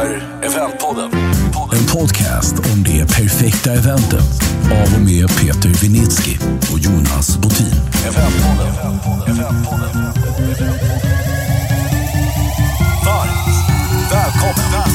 är Eventpodden. En podcast om det perfekta eventet av och med Peter Vinitsky och Jonas Botin. Eventpodden. Varmt välkommen.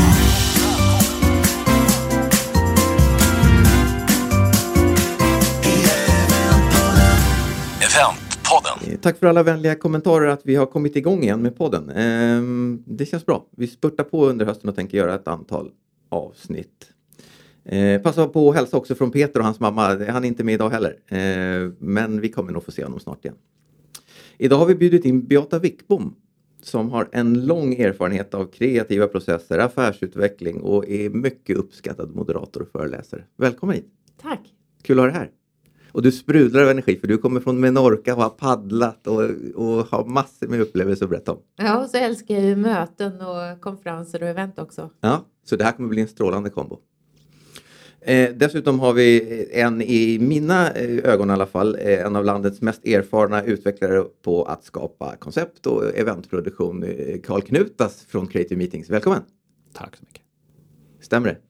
Eventpodden. Tack för alla vänliga kommentarer att vi har kommit igång igen med podden. Det känns bra. Vi spurtar på under hösten och tänker göra ett antal avsnitt. Passa på att hälsa också från Peter och hans mamma. Han är inte med idag heller. Men vi kommer nog få se honom snart igen. Idag har vi bjudit in Beata Wickbom som har en lång erfarenhet av kreativa processer, affärsutveckling och är mycket uppskattad moderator och föreläsare. Välkommen hit. Tack. Kul att ha dig här. Och du sprudlar av energi för du kommer från Menorca och har paddlat och har massor med upplevelser att berätta om. Ja, och så älskar jag ju möten och konferenser och event också. Ja, så det här kommer bli en strålande kombo. Dessutom har vi en, i mina ögon i alla fall, en av landets mest erfarna utvecklare på att skapa koncept och eventproduktion, Carl Knutas från Creative Meetings. Välkommen! Tack så mycket. Stämmer det?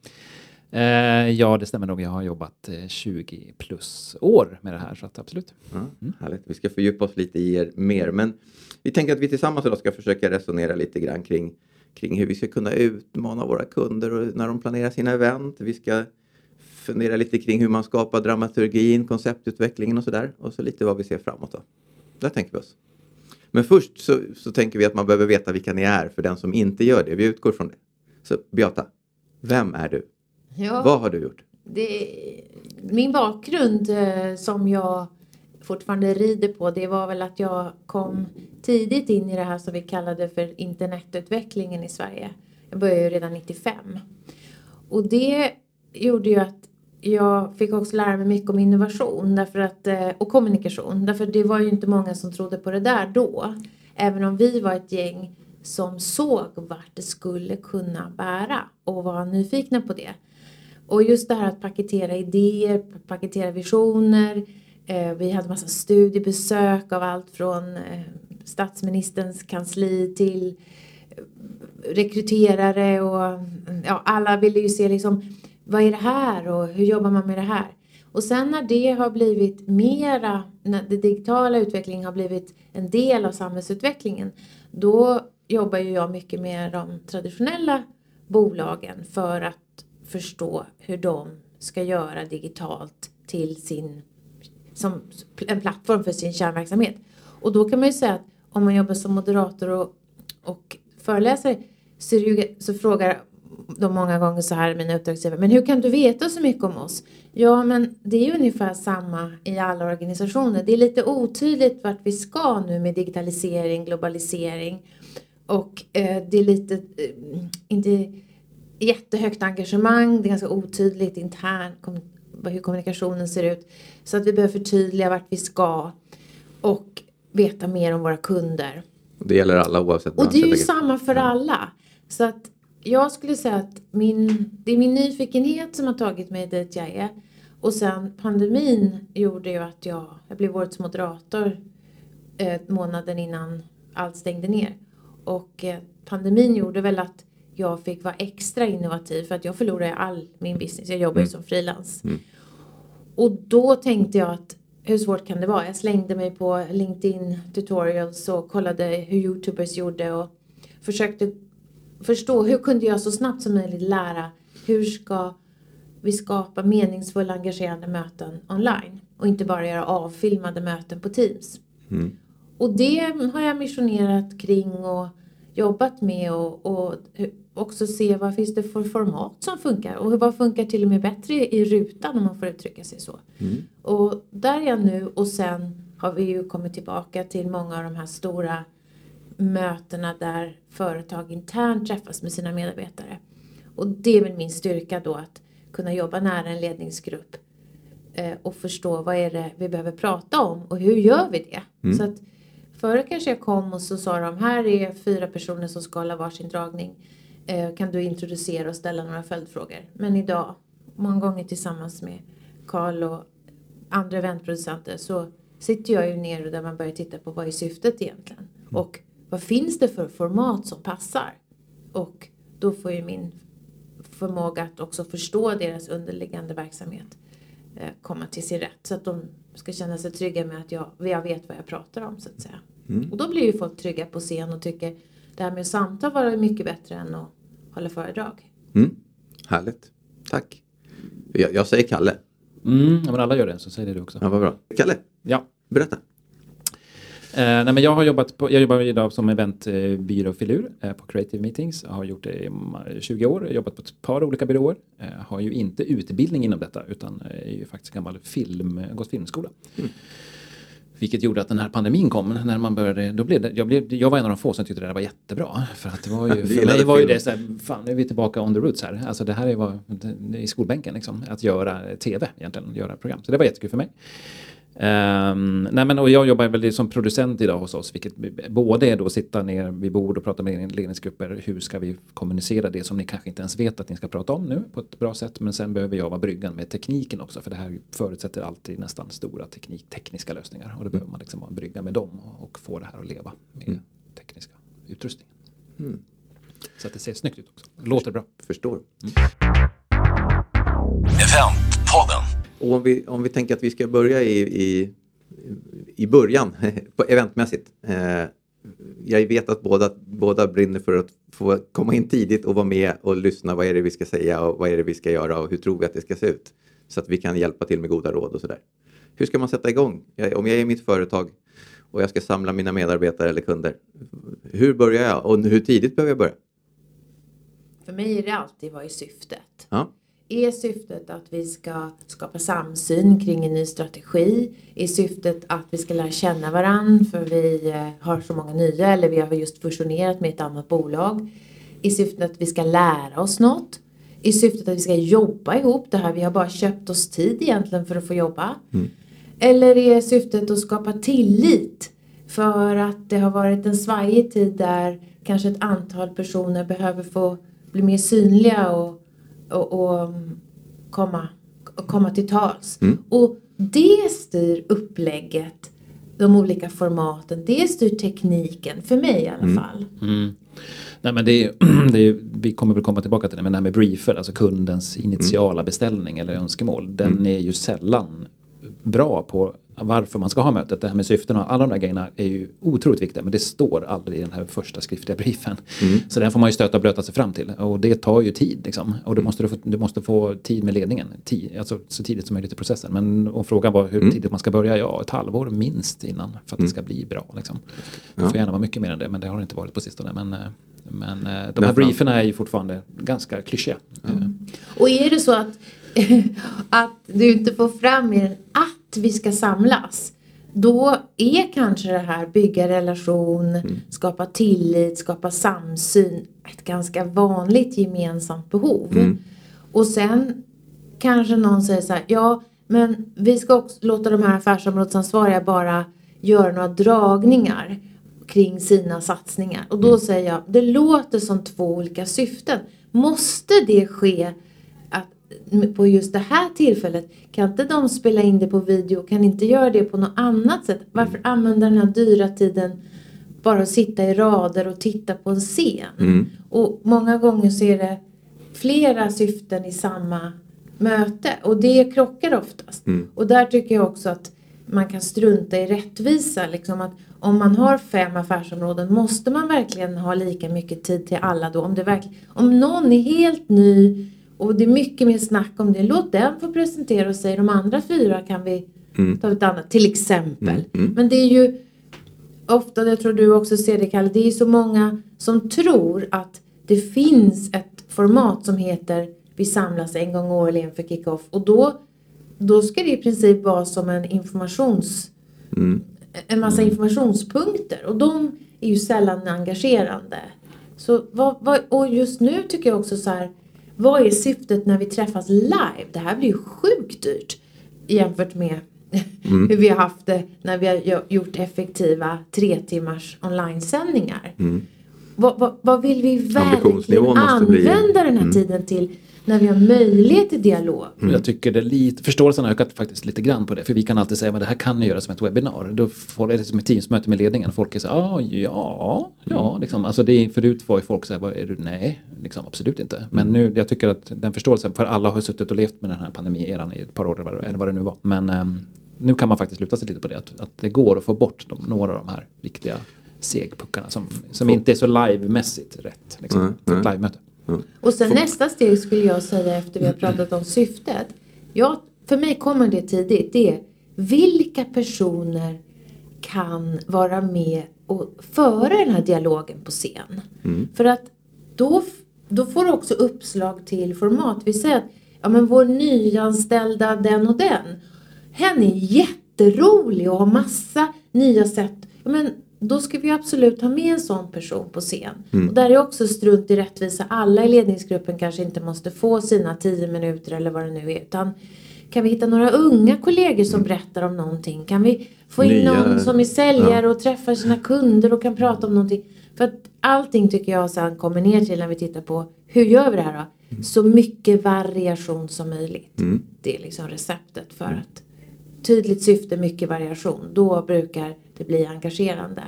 Ja, det stämmer nog. Jag har jobbat 20 plus år med det här, så att absolut. Ja, härligt. Vi ska fördjupa oss lite i er mer, men vi tänker att vi tillsammans idag ska försöka resonera lite grann kring hur vi ska kunna utmana våra kunder och när de planerar sina event. Vi ska fundera lite kring hur man skapar dramaturgin, konceptutvecklingen och sådär. Och så lite vad vi ser framåt då. Där tänker vi oss. Men först så tänker vi att man behöver veta vilka ni är för den som inte gör det. Vi utgår från det. Så Beata, vem är du? Ja, vad har du gjort? Min bakgrund som jag fortfarande rider på, det var väl att jag kom tidigt in i det här som vi kallade för internetutvecklingen i Sverige. Jag började ju redan 95. Och det gjorde ju att jag fick också lära mig mycket om innovation och kommunikation. Därför det var ju inte många som trodde på det där då. Även om vi var ett gäng som såg vart det skulle kunna bära och var nyfikna på det. Och just det här att paketera idéer, paketera visioner. Vi hade massa studiebesök av allt från statsministerns kansli till rekryterare. Och ja, alla ville ju se liksom, vad är det här och hur jobbar man med det här? Och sen när det har blivit mera, när den digitala utvecklingen har blivit en del av samhällsutvecklingen, då jobbar ju jag mycket med de traditionella bolagen för att förstå hur de ska göra digitalt till som en plattform för sin kärnverksamhet. Och då kan man ju säga att om man jobbar som moderator och föreläsare så frågar de många gånger så här, mina uppdragsgivare, men hur kan du veta så mycket om oss? Ja, men det är ju ungefär samma i alla organisationer. Det är lite otydligt vart vi ska nu med digitalisering, globalisering. Och det är lite, inte jättehögt engagemang. Det är ganska otydligt internt hur kommunikationen ser ut. Så att vi behöver förtydliga vart vi ska och veta mer om våra kunder. Det gäller alla oavsett bransch. Och det är ju samma för alla. Så att jag skulle säga att det är min nyfikenhet som har tagit mig dit jag är. Och sen pandemin gjorde ju att jag blev årets moderator månaden innan allt stängde ner. Och pandemin gjorde väl att jag fick vara extra innovativ för att jag förlorade all min business. Jag jobbar ju som frilans. Och då tänkte jag att hur svårt kan det vara? Jag slängde mig på LinkedIn tutorials och kollade hur YouTubers gjorde och försökte förstå hur kunde jag så snabbt som möjligt lära hur ska vi skapa meningsfulla engagerande möten online och inte bara göra avfilmade möten på Teams. Och det har jag missionerat kring och jobbat med och också se vad finns det för format som funkar och vad funkar till och med bättre i rutan om man får uttrycka sig så. Och där är jag nu och sen har vi ju kommit tillbaka till många av de här stora mötena där företag internt träffas med sina medarbetare. Och det är väl min styrka då att kunna jobba nära en ledningsgrupp och förstå vad är det vi behöver prata om och hur gör vi det. Så att förr kanske jag kom och så sa de, här är 4 personer som ska hålla varsin dragning. Kan du introducera och ställa några följdfrågor? Men idag, många gånger tillsammans med Carl och andra eventproducenter så sitter jag ju ner där man börjar titta på vad är syftet egentligen. Och vad finns det för format som passar? Och då får ju min förmåga att också förstå deras underliggande verksamhet komma till sin rätt. Så att de ska känna sig trygga med att jag vet vad jag pratar om, så att säga. Och då blir ju folk trygga på scen och tycker det här med samtal var mycket bättre än att hålla föredrag. Härligt. Tack. Jag säger Kalle. Ja, men alla gör det, så säger det du också. Ja, vad bra. Kalle, Ja. berätta. Nej, men jag jobbar idag som eventbyråfilur på Creative Meetings. Jag har gjort det i 20 år. Jag har jobbat på ett par olika byråer. Har ju inte utbildning inom detta, utan är ju faktiskt gammal gått filmskola. Vilket gjorde att den här pandemin kom, när man började, då blev det, jag var en av de få som tyckte det där var jättebra. För att det var ju, för mig var ju det så här, fan nu är vi tillbaka on the roots här. Alltså det här är i skolbänken liksom, att göra tv egentligen, göra program. Så det var jättekul för mig. Och jag jobbar väl som producent idag hos oss, vilket både är då att sitta ner vid bord och prata med ledningsgrupper. Hur ska vi kommunicera det som ni kanske inte ens vet att ni ska prata om nu på ett bra sätt, men sen behöver jag vara bryggan med tekniken också, för det här förutsätter alltid nästan stora tekniska lösningar, och då behöver man liksom vara en brygga med dem och få det här att leva med tekniska utrustningen. Så att det ser snyggt ut också. Det låter bra. Förstår. Eventpodden. Och om vi tänker att vi ska börja i början, eventmässigt. Jag vet att båda brinner för att få komma in tidigt och vara med och lyssna. Vad är det vi ska säga och vad är det vi ska göra och hur tror vi att det ska se ut? Så att vi kan hjälpa till med goda råd och sådär. Hur ska man sätta igång? Om jag är i mitt företag och jag ska samla mina medarbetare eller kunder. Hur börjar jag och hur tidigt behöver jag börja? För mig är det alltid vad är syftet. Ja. Är syftet att vi ska skapa samsyn kring en ny strategi? Är syftet att vi ska lära känna varann för vi har så många nya eller vi har just fusionerat med ett annat bolag? Är syftet att vi ska lära oss något? Är syftet att vi ska jobba ihop det här? Vi har bara köpt oss tid egentligen för att få jobba. Eller är syftet att skapa tillit för att det har varit en svajig tid där kanske ett antal personer behöver få bli mer synliga och komma till tals. Och det styr upplägget, de olika formaten, det styr tekniken, för mig i alla fall. Nej, men vi kommer väl komma tillbaka till det, men det här med briefer, alltså kundens initiala beställning eller önskemål, den är ju sällan bra på varför man ska ha mötet. Det här med syften och alla de där grejerna är ju otroligt viktiga, men det står aldrig i den här första skriftliga briefen. Så den får man ju stöta och blöta sig fram till, och det tar ju tid liksom. Och du måste få tid med ledningen, alltså så tidigt som möjligt i processen. Men och frågan var hur tidigt man ska börja, ett halvår minst innan för att det ska bli bra liksom. Det får gärna vara mycket mer än det, men det har inte varit på sistone. Men de här brieferna är ju fortfarande ganska klyschiga. Och är det så att du inte får fram i den att vi ska samlas, då är kanske det här bygga relation, skapa tillit, skapa samsyn ett ganska vanligt gemensamt behov. Och sen kanske någon säger så här, ja men vi ska också låta de här affärsområdesansvariga bara göra några dragningar kring sina satsningar. Och då säger jag, det låter som två olika syften. Måste det ske på just det här tillfället? Kan inte de spela in det på video? Kan inte göra det på något annat sätt? Varför använda den här dyra tiden bara att sitta i rader och titta på en scen? Och många gånger så är det flera syften i samma möte. Och det krockar oftast. Och där tycker jag också att man kan strunta i rättvisa. Liksom att om man har 5 affärsområden, måste man verkligen ha lika mycket tid till alla då? Om någon är helt ny och det är mycket mer snack om det, låt den få presentera och säga de andra 4 kan vi ta ett annat, till exempel. Men det är ju ofta, jag tror du också ser det Kalle, det är så många som tror att det finns ett format som heter vi samlas en gång årligen för kick-off, och då ska det i princip vara som en en massa informationspunkter, och de är ju sällan engagerande. Så och just nu tycker jag också så här, vad är syftet när vi träffas live? Det här blir ju sjukt dyrt jämfört med hur vi har haft det när vi har gjort effektiva 3 timmars online-sändningar. vad vill vi verkligen Ambitionsnivån måste bli... använda den här tiden till när vi har möjlighet till dialog? Jag tycker det är lite, förståelsen har ökat faktiskt lite grann på det. För vi kan alltid säga att det här kan ni göra som ett webbinar. Då får det som ett teamsmöte med ledningen. Folk är så ja, liksom. Alltså det är, förut var ju folk så här, vad är du? Nej, liksom, absolut inte. Men nu, jag tycker att den förståelsen, för alla har suttit och levt med den här pandemieran i ett par år eller vad det nu var. Men nu kan man faktiskt luta sig lite på det. Att det går att få bort några av de här viktiga segpuckarna som inte är så live-mässigt rätt. Liksom, för ett live-möte. Och sen nästa steg skulle jag säga efter vi har pratat om syftet. För mig kommer det tidigt. Det är vilka personer kan vara med och föra den här dialogen på scen. För att då får du också uppslag till format. Vi säger att men vår nyanställda den och den. Hen är jätterolig och har massa nya sätt. Men då ska vi absolut ha med en sån person på scen. Och där är också strunt i rättvisa. Alla i ledningsgruppen kanske inte måste få sina 10 minuter eller vad det nu är. Utan kan vi hitta några unga kollegor som berättar om någonting? Kan vi få in någon som är säljare och träffar sina kunder och kan prata om någonting? För att allting tycker jag sen kommer ner till när vi tittar på hur gör vi det här då? Så mycket variation som möjligt. Det är liksom receptet för att tydligt syfte, mycket variation. Då brukar det bli engagerande.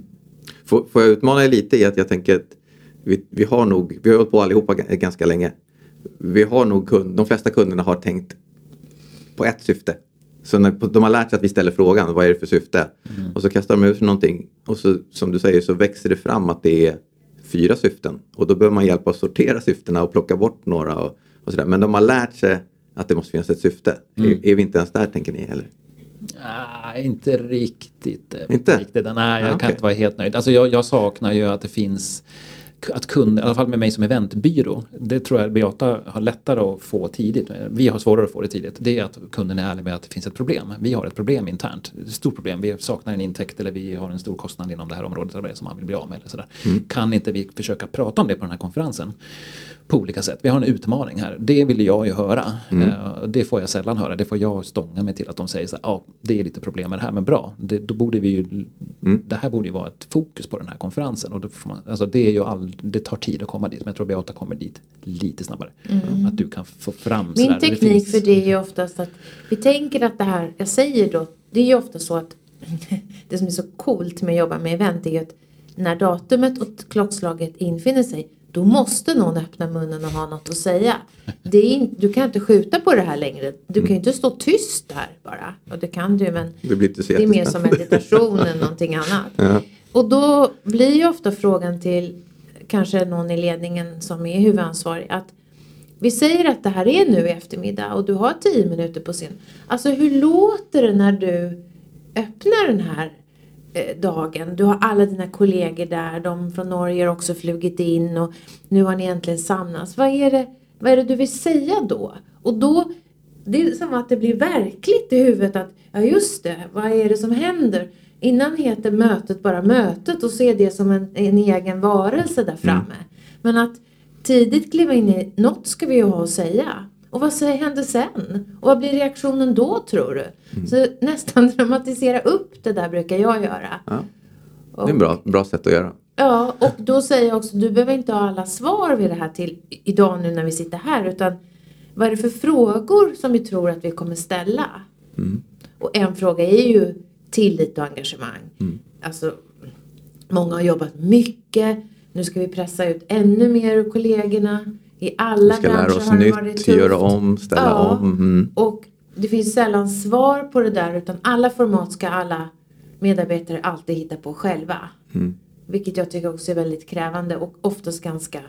Får jag utmana lite i att jag tänker att vi har hållit på allihopa ganska länge. Vi har nog de flesta kunderna har tänkt på ett syfte. Så när de har lärt sig att vi ställer frågan, vad är det för syfte? Och så kastar de ut någonting. Och så, som du säger, så växer det fram att det är 4 syften. Och då behöver man hjälpa att sortera syftena och plocka bort några och sådär. Men de har lärt sig att det måste finnas ett syfte. Är vi inte ens där, tänker ni, eller? Nej, inte riktigt. Inte? Nej, jag kan inte vara helt nöjd. Alltså jag saknar ju att det finns... Att kunder, i alla fall med mig som eventbyrå, det tror jag Beata har lättare att få tidigt. Vi har svårare att få det tidigt. Det är att kunden är ärlig med att det finns ett problem. Vi har ett problem internt. Det är ett stort problem. Vi saknar en intäkt eller vi har en stor kostnad inom det här området eller som man vill bli av med. Eller sådär. Kan inte vi försöka prata om det på den här konferensen? På olika sätt. Vi har en utmaning här. Det vill jag ju höra. Det får jag sällan höra. Det får jag stånga mig till att de säger så här, det är lite problem med det här, men bra. Då borde vi ju, det här borde ju vara ett fokus på den här konferensen. Och då får man, alltså det är ju det tar tid att komma dit, men jag tror Beata kommer dit lite snabbare. Att du kan få fram min teknik för det är ju oftast att vi tänker att det här, jag säger då, det är ju ofta så att det som är så coolt med att jobba med event är ju att när datumet och klockslaget infinner sig, då måste någon öppna munnen och ha något att säga. Du kan inte skjuta på det här längre. Du kan ju inte stå tyst där bara. Och det kan du, men det är mer som meditation än någonting annat. Ja. Och då blir ju ofta frågan till kanske någon i ledningen som är huvudansvarig att vi säger att det här är nu i eftermiddag och du har 10 minuter på scen. Alltså hur låter det när du öppnar den här dagen? Du har alla dina kollegor där, de från Norge har också flugit in och nu har ni äntligen samlats. Vad är det du vill säga då? Och då, det är som att det blir verkligt i huvudet att, ja just det, vad är det som händer? Innan heter mötet bara mötet och se det som en egen varelse där framme. Men att tidigt kliva in i något ska vi ju ha att säga. Och vad händer sen? Och vad blir reaktionen då, tror du? Så nästan dramatisera upp det där brukar jag göra. Ja. Det är en bra sätt att göra. Ja, och då säger jag också, du behöver inte ha alla svar vid det här till idag nu när vi sitter här. Utan vad är det för frågor som vi tror att vi kommer ställa? Och en fråga är ju tillit och engagemang. Alltså, många har jobbat mycket. Nu ska vi pressa ut ännu mer ur kollegorna. I alla branscher har det varit tufft. Vi ska lära oss nytt, göra om, ställa om. Och det finns sällan svar på det där. Utan alla format ska alla medarbetare alltid hitta på själva. Vilket jag tycker också är väldigt krävande. Och oftast ganska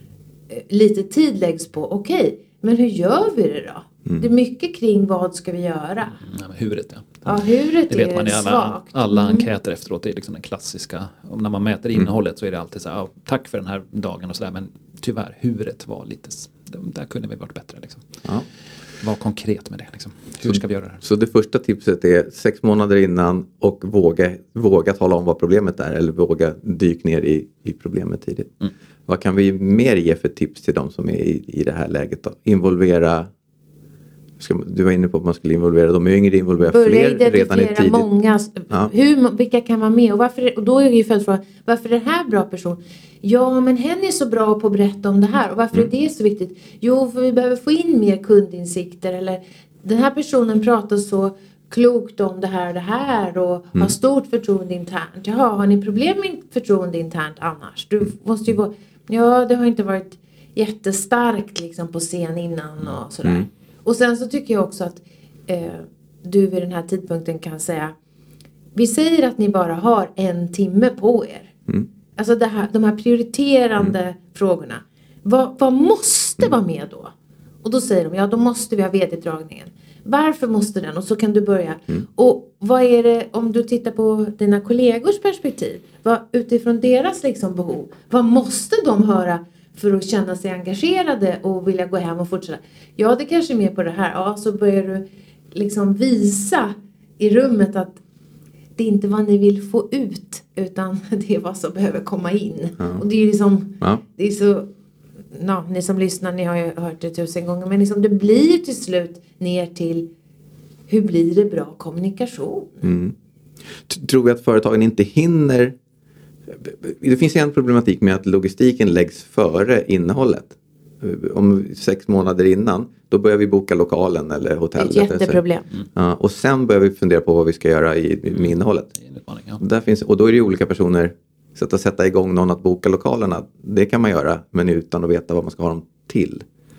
lite tid läggs på. Okej, men hur gör vi det då? Det är mycket kring vad ska vi göra. Huret, ja. Ja, huret det vet man i svagt. alla enkäter efteråt. Det är liksom den klassiska. Och när man mäter innehållet så är det alltid så här, tack för den här dagen och sådär. Men tyvärr, huret var lite, där kunde vi varit bättre liksom. Ja. Var konkret med det liksom. Hur ska vi göra det här? Så det första tipset är 6 månader innan och våga tala om vad problemet är. Eller våga dyka ner i problemet tidigt. Vad kan vi mer ge för tips till de som är i det här läget då? Involvera Du var inne på att man skulle involvera de yngre, involvera börja fler redan i tidigt. många. Ja. Vilka kan vara med? Och då är ju följdfrågan, varför är det här bra person? Ja, men hen är så bra på att berätta om det här. Och varför är det så viktigt? Jo, för vi behöver få in mer kundinsikter. Eller den här personen pratar så klokt om det här och har stort förtroende internt. Jaha, har ni problem med förtroende internt annars? Du måste ju ja, det har inte varit jättestarkt liksom på scen innan och sådär. Och sen så tycker jag också att du vid den här tidpunkten kan säga, vi säger att ni bara har 1 timme på er. Alltså de här prioriterande frågorna. Vad måste vara med då? Och då säger de, ja då måste vi ha vd-dragningen. Varför måste den? Och så kan du börja. Och vad är det, om du tittar på dina kollegors perspektiv, utifrån deras liksom behov, vad måste de höra för att känna sig engagerade och vilja gå hem och fortsätta? Ja, det kanske är mer på det här. Ja, så börjar du liksom visa i rummet att det är inte vad ni vill få ut, utan det är vad som behöver komma in. Och det är liksom, det är så, ni som lyssnar, ni har ju hört det 1000 gånger, men liksom det blir till slut ner till hur blir det bra kommunikation? Tror vi att företagen inte hinner? Det finns en problematik med att logistiken läggs före innehållet. Om 6 månader innan, då börjar vi boka lokalen eller hotellet. Det är ett jätteproblem. Ja, och sen börjar vi fundera på vad vi ska göra med innehållet. Där finns, och då är det olika personer. Så att sätta igång någon att boka lokalerna, det kan man göra, men utan att veta vad man ska ha dem till.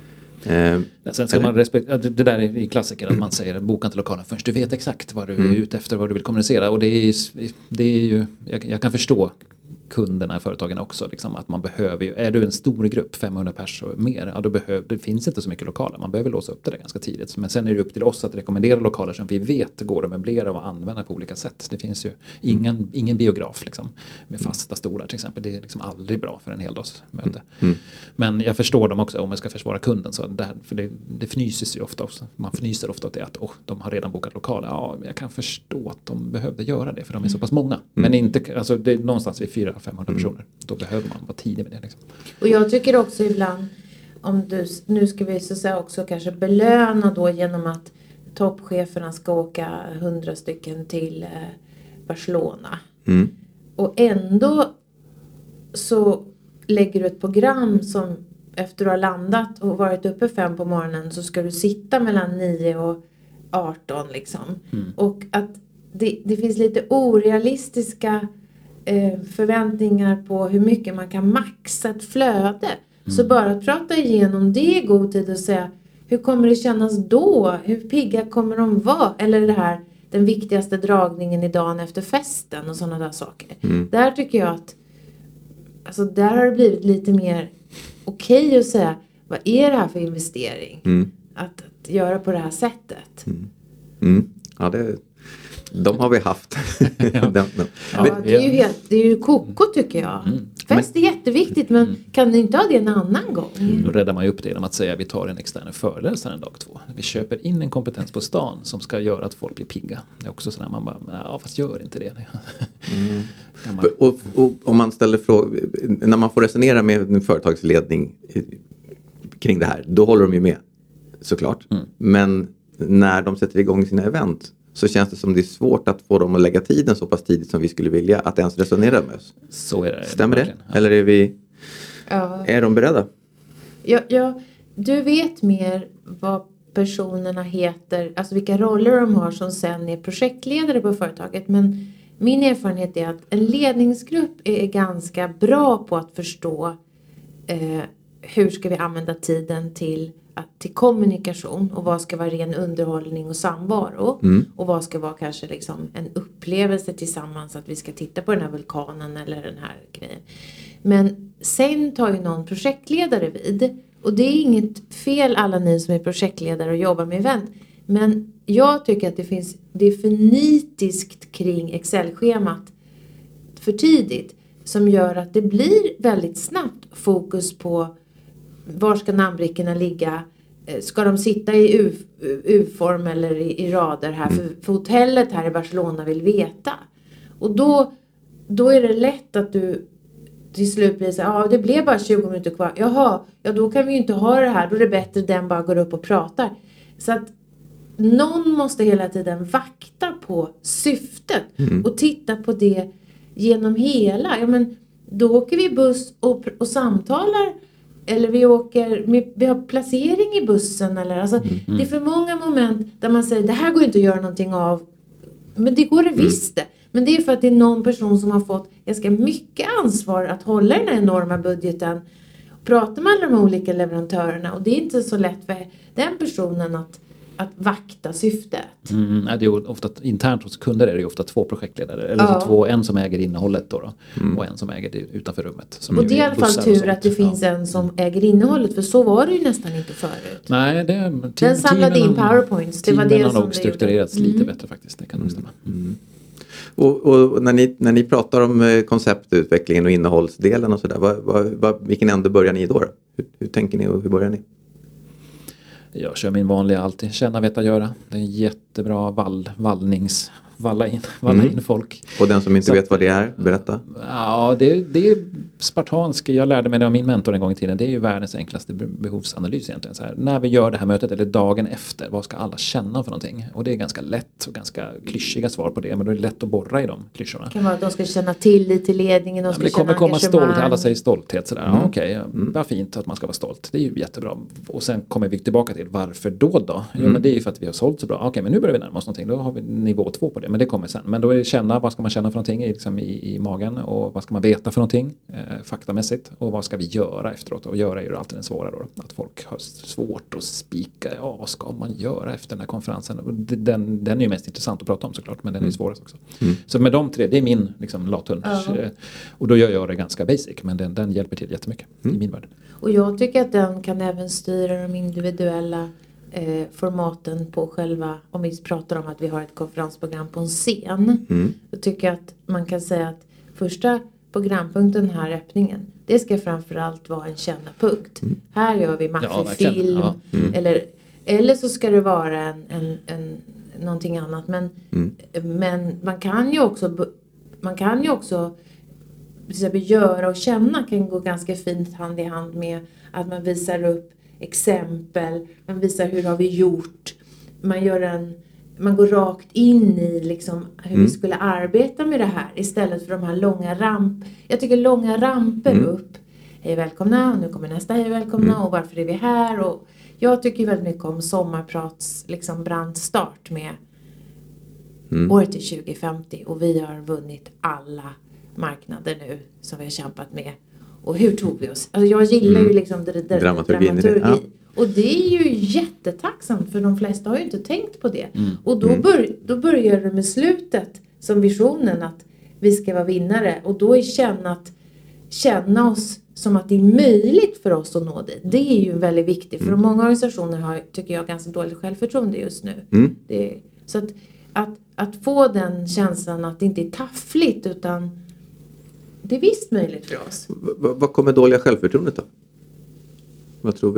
Sen ska man respektera, det där är i klassiker att man säger boka inte lokalen först du vet exakt vad du är ute efter, vad du vill kommunicera. Och det är ju, jag kan förstå kunderna i företagen också, liksom, att man behöver ju, är du en stor grupp, 500 pers och mer, ja, då det finns inte så mycket lokaler, man behöver låsa upp det där ganska tidigt. Men sen är det upp till oss att rekommendera lokaler som vi vet går att möblera och använda på olika sätt. Det finns ju ingen biograf liksom, med fasta stolar till exempel, det är liksom aldrig bra för en heldagsmöte. Men jag förstår dem också, om jag ska försvara kunden, så för det fnyses ju ofta också. Man fnyser ofta åt det att de har redan bokat lokaler. Ja, jag kan förstå att de behövde göra det, för de är så pass många. Men inte, alltså det är någonstans vid 400-500 personer. Då behöver man vara tidig med det. Liksom. Och jag tycker också ibland, nu ska vi så att säga också kanske belöna då genom att toppcheferna ska åka 100 stycken till Barcelona. Och ändå så lägger du ett program som efter du har landat och varit uppe 5 på morgonen, så ska du sitta mellan 9 och 18 liksom. Och att det finns lite orealistiska förväntningar på hur mycket man kan maxa ett flöde. Så bara att prata igenom det i god tid och säga, hur kommer det kännas då? Hur pigga kommer de vara? Eller det här, den viktigaste dragningen i dagen efter festen och sådana där saker. Där tycker jag att alltså där har det blivit lite mer okej att säga, vad är det här för investering? Att göra på det här sättet. Ja, de har vi haft. Det är ju koko tycker jag. Fest är jätteviktigt, men kan ni inte ha det en annan gång? Då räddar man ju upp det genom att säga, vi tar en extern föreläsare en dag 2. Vi köper in en kompetens på stan som ska göra att folk blir pigga. Det är också sådär man bara, ja fast gör inte det. Och om man ställer frågor, när man får resonera med en företagsledning kring det här, då håller de ju med, såklart. Men när de sätter igång sina event, så känns det som det är svårt att få dem att lägga tiden så pass tidigt som vi skulle vilja att ens resonera med oss. Så är det. Stämmer det? Ja. Eller är de beredda? Ja, du vet mer vad personerna heter, alltså vilka roller de har som sen är projektledare på företaget. Men min erfarenhet är att en ledningsgrupp är ganska bra på att förstå hur ska vi använda tiden till kommunikation, och vad ska vara ren underhållning och samvaro, och vad ska vara kanske liksom en upplevelse tillsammans, att vi ska titta på den här vulkanen eller den här grejen. Men sen tar ju någon projektledare vid, och det är inget fel alla ni som är projektledare och jobbar med event, men jag tycker att det är för nitiskt kring Excel-schemat för tidigt, som gör att det blir väldigt snabbt fokus på var ska namnbrickorna ligga? Ska de sitta i U-form eller i rader här? För hotellet här i Barcelona vill veta. Och då är det lätt att du till slut blir så här, ja det blev bara 20 minuter kvar. Jaha, ja då kan vi ju inte ha det här. Då är det bättre den bara går upp och pratar. Så att någon måste hela tiden vakta på syftet och titta på det genom hela. Ja, men då åker vi buss och samtalar, eller vi har placering i bussen, eller alltså det är för många moment där man säger det här går inte att göra någonting av, men det går det visst det. Men det är för att det är någon person som har fått ganska mycket ansvar att hålla den här enorma budgeten. Prata med alla de olika leverantörerna, och det är inte så lätt för den personen att vakta syftet. Det är ofta internt hos kunder är det ju ofta 2 projektledare. Eller en som äger innehållet då, och en som äger det utanför rummet. Och det är i alla fall tur att det finns en som äger innehållet, för så var det ju nästan inte förut. Nej, den samlade in PowerPoints. Det var det har som nog strukturerats lite bättre faktiskt, det kan nog stämma. Och när ni pratar om konceptutvecklingen och innehållsdelen och sådär, vilken ände börjar ni då? Hur tänker ni och hur börjar ni? Jag kör min vanliga alltid känna, veta, göra. Det är en jättebra valla in folk. Och den som inte vet vad det är, berätta. Ja, det är spartansk. Jag lärde mig det av min mentor en gång i tiden. Det är ju världens enklaste behovsanalys egentligen. Så här, när vi gör det här mötet eller dagen efter, vad ska alla känna för någonting? Och det är ganska lätt och ganska klyschiga svar på det. Men då är det lätt att borra i de klyschorna. Det kan vara att de ska känna tillit till ledningen. De ska det kommer känna komma stolt. Alla säger stolthet. Sådär. Okej, vad fint att man ska vara stolt. Det är ju jättebra. Och sen kommer vi tillbaka till varför då? Jo, men det är ju för att vi har sålt så bra. Okej, men nu börjar vi närma oss någonting. Då har vi nivå 2 på det. Men det kommer sen. Men då är det känna, vad ska man känna för någonting liksom i magen, och vad ska man veta för någonting faktamässigt, och vad ska vi göra efteråt. Och göra är ju alltid den svåra då, att folk har svårt att spika, vad ska man göra efter den här konferensen. Och den är ju mest intressant att prata om såklart, men den är ju svårast också. Så med de 3, det är min liksom lathund. Och då gör jag det ganska basic, men den hjälper till jättemycket i min värld. Och jag tycker att den kan även styra de individuella formaten på själva, om vi pratar om att vi har ett konferensprogram på en scen, då tycker jag att man kan säga att första programpunkten här, öppningen, det ska framförallt vara en känna-punkt. Här gör vi maffig film, eller så ska det vara en någonting annat, men man kan ju också till exempel göra och känna kan gå ganska fint hand i hand med att man visar upp exempel, man visar hur har vi gjort, man går rakt in i liksom hur vi skulle arbeta med det här, istället för de här jag tycker långa ramper upp, hej välkomna, och nu kommer nästa hej välkomna, och varför är vi här, och jag tycker väldigt mycket om sommarprats liksom brandstart med året är 2050 och vi har vunnit alla marknader nu som vi har kämpat med. Och hur tog vi oss? Alltså jag gillar ju liksom dramaturgi. Ja. Och det är ju jättetacksamt, för de flesta har ju inte tänkt på det. Och då börjar det med slutet som visionen att vi ska vara vinnare. Och då är känna oss som att det är möjligt för oss att nå det. Det är ju väldigt viktigt. För många organisationer har, tycker jag, ganska dåligt självförtroende just nu. Så att få den känslan att det inte är taffligt, utan det är visst möjligt för oss. Vad kommer dåliga självförtroendet då? Vad tror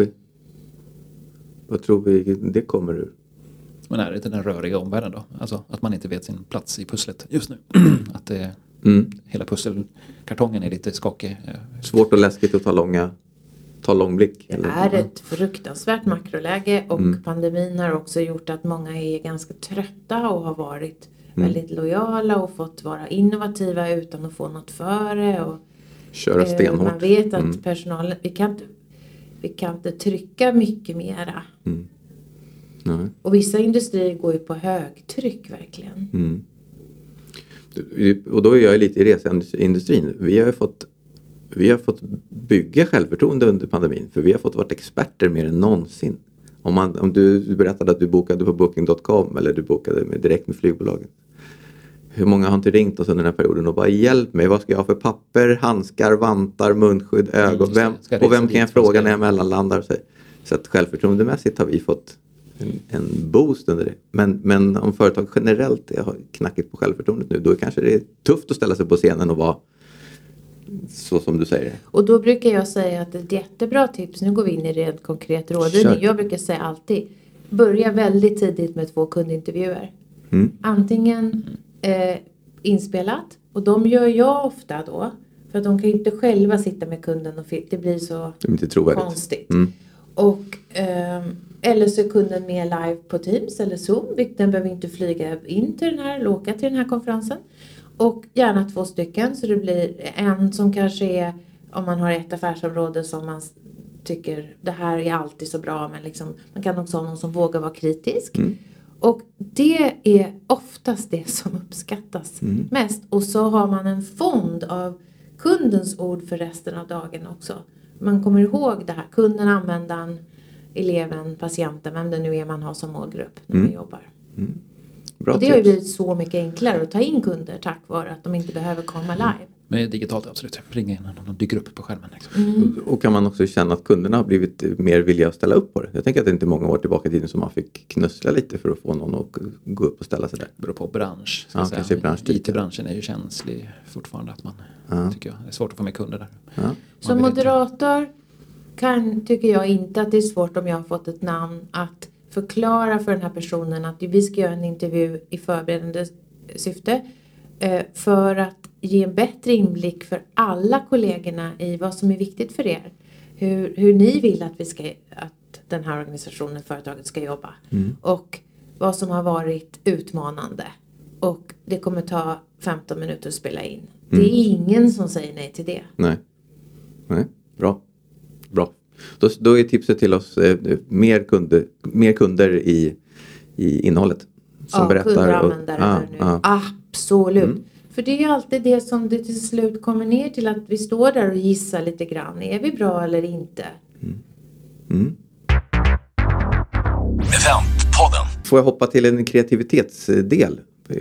vi det kommer ur? Men är det inte den röriga omvärlden då? Alltså att man inte vet sin plats i pusslet just nu. Att det, hela pusselkartongen är lite skakig. Svårt och läskigt att ta lång blick. Det är ett fruktansvärt makroläge, och pandemin har också gjort att många är ganska trötta och har varit väldigt lojala och fått vara innovativa utan att få något före. Och köra stenhårt. Man vet att personalen, vi kan inte trycka mycket mera. Nej. Och vissa industrier går ju på högtryck verkligen. Och då är jag lite i reseindustrin. Vi har fått bygga självförtroende under pandemin, för vi har fått varit experter mer än någonsin. Om du berättade att du bokade på booking.com eller du bokade direkt med flygbolaget. Hur många har inte ringt oss under den här perioden och bara hjälp mig, vad ska jag ha för papper, handskar, vantar, munskydd, ögon, vem kan jag fråga när jag mellanlandar? Så att självförtroendemässigt har vi fått en boost under det. Men om företag generellt har knackigt på självförtroendet nu, då kanske det är tufft att ställa sig på scenen och vara så som du säger. Och då brukar jag säga att ett jättebra tips, nu går vi in i rent konkret rådgivning. Jag brukar säga alltid, börja väldigt tidigt med 2 kundintervjuer. Antingen inspelat, och de gör jag ofta då, för att de kan inte själva sitta med kunden och det blir så inte trovärdigt. Konstigt. Och Eller så är kunden med live på Teams eller Zoom. Den behöver inte flyga in till den här eller åka till den här konferensen. Och gärna 2 stycken, så det blir en som kanske är, om man har ett affärsområde som man tycker det här är alltid så bra, men liksom, man kan också ha någon som vågar vara kritisk. Och det är oftast det som uppskattas mest. Och så har man en fond av kundens ord för resten av dagen också. Man kommer ihåg det här, kunden, användaren, eleven, patienten, vem det nu är man har som målgrupp när man jobbar. Bra och det har ju tips. blivit så mycket enklare att ta in kunder tack vare att de inte behöver komma live. Men digitalt absolut. Ringa in när de dyker upp på skärmen. Liksom. Och kan man också känna att kunderna har blivit mer villiga att ställa upp på det? Jag tänker att det inte är många år tillbaka i tiden som man fick knussla lite för att få någon att gå upp och ställa sig där. Det beror på bransch. Ska Ja, jag säga. kanske branschtyp. IT-branschen är ju känslig fortfarande. Att man, tycker jag, det är svårt att få med kunder där. Ja. Som moderator tycker jag inte att det är svårt om jag har fått ett namn att förklara för den här personen att vi ska göra en intervju i förberedande syfte för att ge en bättre inblick för alla kollegorna i vad som är viktigt för er. Hur ni vill att den här organisationen, företaget ska jobba. Och vad som har varit utmanande. Och det kommer ta 15 minuter att spela in. Det är ingen som säger nej till det. Nej. Bra. Då är tipset till oss mer kunder i innehållet. Som berättar. Kunder och användare nu. Absolut. För det är ju alltid det som det till slut kommer ner till, att vi står där och gissar lite grann. Är vi bra eller inte? Eventpodden. Får jag hoppa till en kreativitetsdel?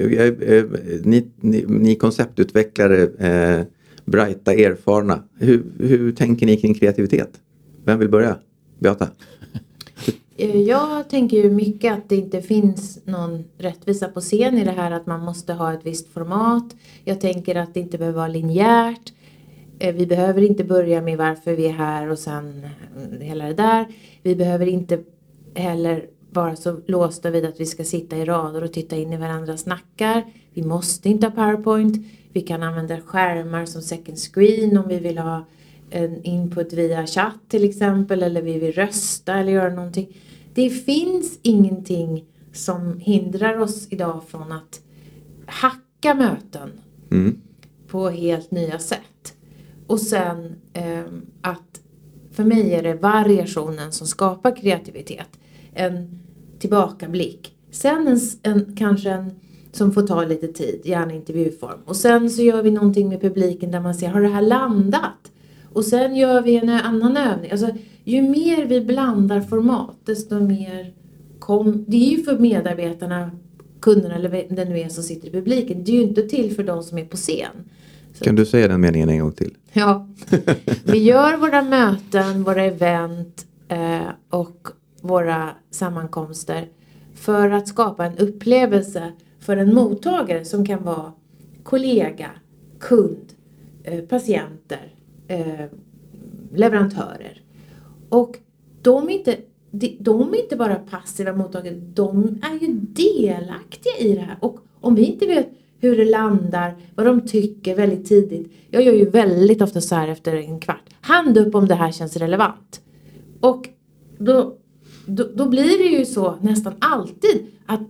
Ni konceptutvecklare, brighta, erfarna. Hur tänker ni kring kreativitet? Vem vill börja? Beata? Jag tänker ju mycket att det inte finns någon rättvisa på scen i det här att man måste ha ett visst format. Jag tänker att det inte behöver vara linjärt. Vi behöver inte börja med varför vi är här och sen hela det där. Vi behöver inte heller vara så låsta vid att vi ska sitta i rader och titta in i varandras nackar. Vi måste inte ha PowerPoint. Vi kan använda skärmar som second screen om vi vill ha en input via chatt till exempel, eller vi vill rösta eller göra någonting. Det finns ingenting som hindrar oss idag från att hacka möten på helt nya sätt. Och sen att för mig är det variationen som skapar kreativitet. En tillbakablick. Sen kanske en som får ta lite tid, gärna intervjuform. Och sen så gör vi någonting med publiken där man ser, har det här landat? Och sen gör vi en annan övning. Alltså, ju mer vi blandar format, desto mer det är ju för medarbetarna, kunderna eller vem det nu är som sitter i publiken. Det är ju inte till för de som är på scen. Så. Kan du säga den meningen en gång till? Ja. Vi gör våra möten, våra event och våra sammankomster för att skapa en upplevelse för en mottagare som kan vara kollega, kund, patienter, leverantörer. Och de är inte bara passiva mottagare, de är ju delaktiga i det här. Och om vi inte vet hur det landar, vad de tycker väldigt tidigt. Jag gör ju väldigt ofta så här efter en kvart. Hand upp om det här känns relevant. Och då blir det ju så nästan alltid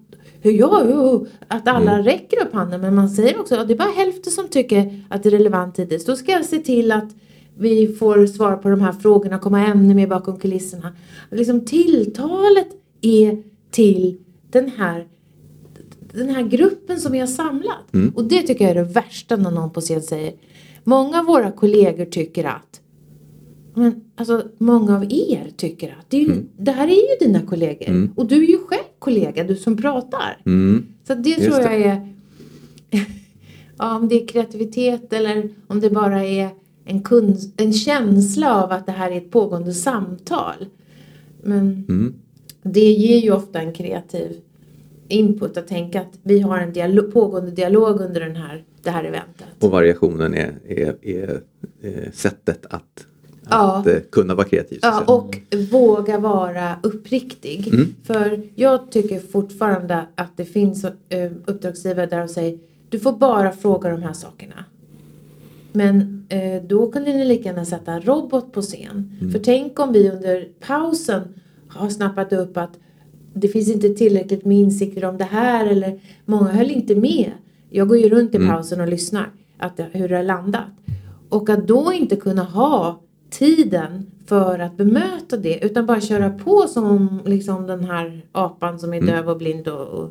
att alla räcker upp handen. Men man säger också att det är bara hälften som tycker att det är relevant tidigt. Då ska jag se till att vi får svar på de här frågorna och komma ännu mer bakom kulisserna. Liksom tilltalet är till den här gruppen som vi har samlat. Och det tycker jag är det värsta när någon på scen säger. Många av våra kollegor tycker att, men alltså många av er tycker att det här är ju dina kollegor. Och du är ju själv kollega, du som pratar. Så det tror jag är ja, om det är kreativitet eller om det bara är en känsla av att det här är ett pågående samtal. Men det ger ju ofta en kreativ input att tänka att vi har en pågående dialog under det här eventet. Och variationen är sättet att kunna vara kreativ. Ja, och våga vara uppriktig. För jag tycker fortfarande att det finns uppdragsgivare där och säger du får bara fråga de här sakerna. Men då kunde ni lika gärna sätta en robot på scen. För tänk om vi under pausen har snappat upp att det finns inte tillräckligt med insikter om det här, eller många höll inte med. Jag går ju runt i pausen och lyssnar hur det har landat. Och att då inte kunna ha tiden för att bemöta det, utan bara köra på som liksom den här apan som är döv och blind.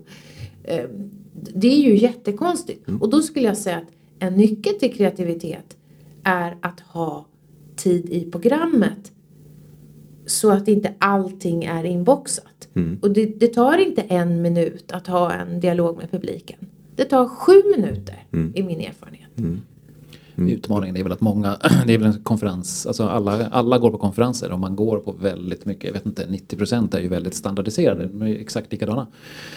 Det är ju jättekonstigt. Och då skulle jag säga att en nyckel till kreativitet är att ha tid i programmet. Så att inte allting är inboxat. Och det tar inte 1 minut att ha en dialog med publiken. Det tar 7 minuter i min erfarenhet. Utmaningen är väl att många, det är väl en konferens, alltså alla går på konferenser och man går på väldigt mycket, jag vet inte, 90% är ju väldigt standardiserade, de är ju exakt likadana.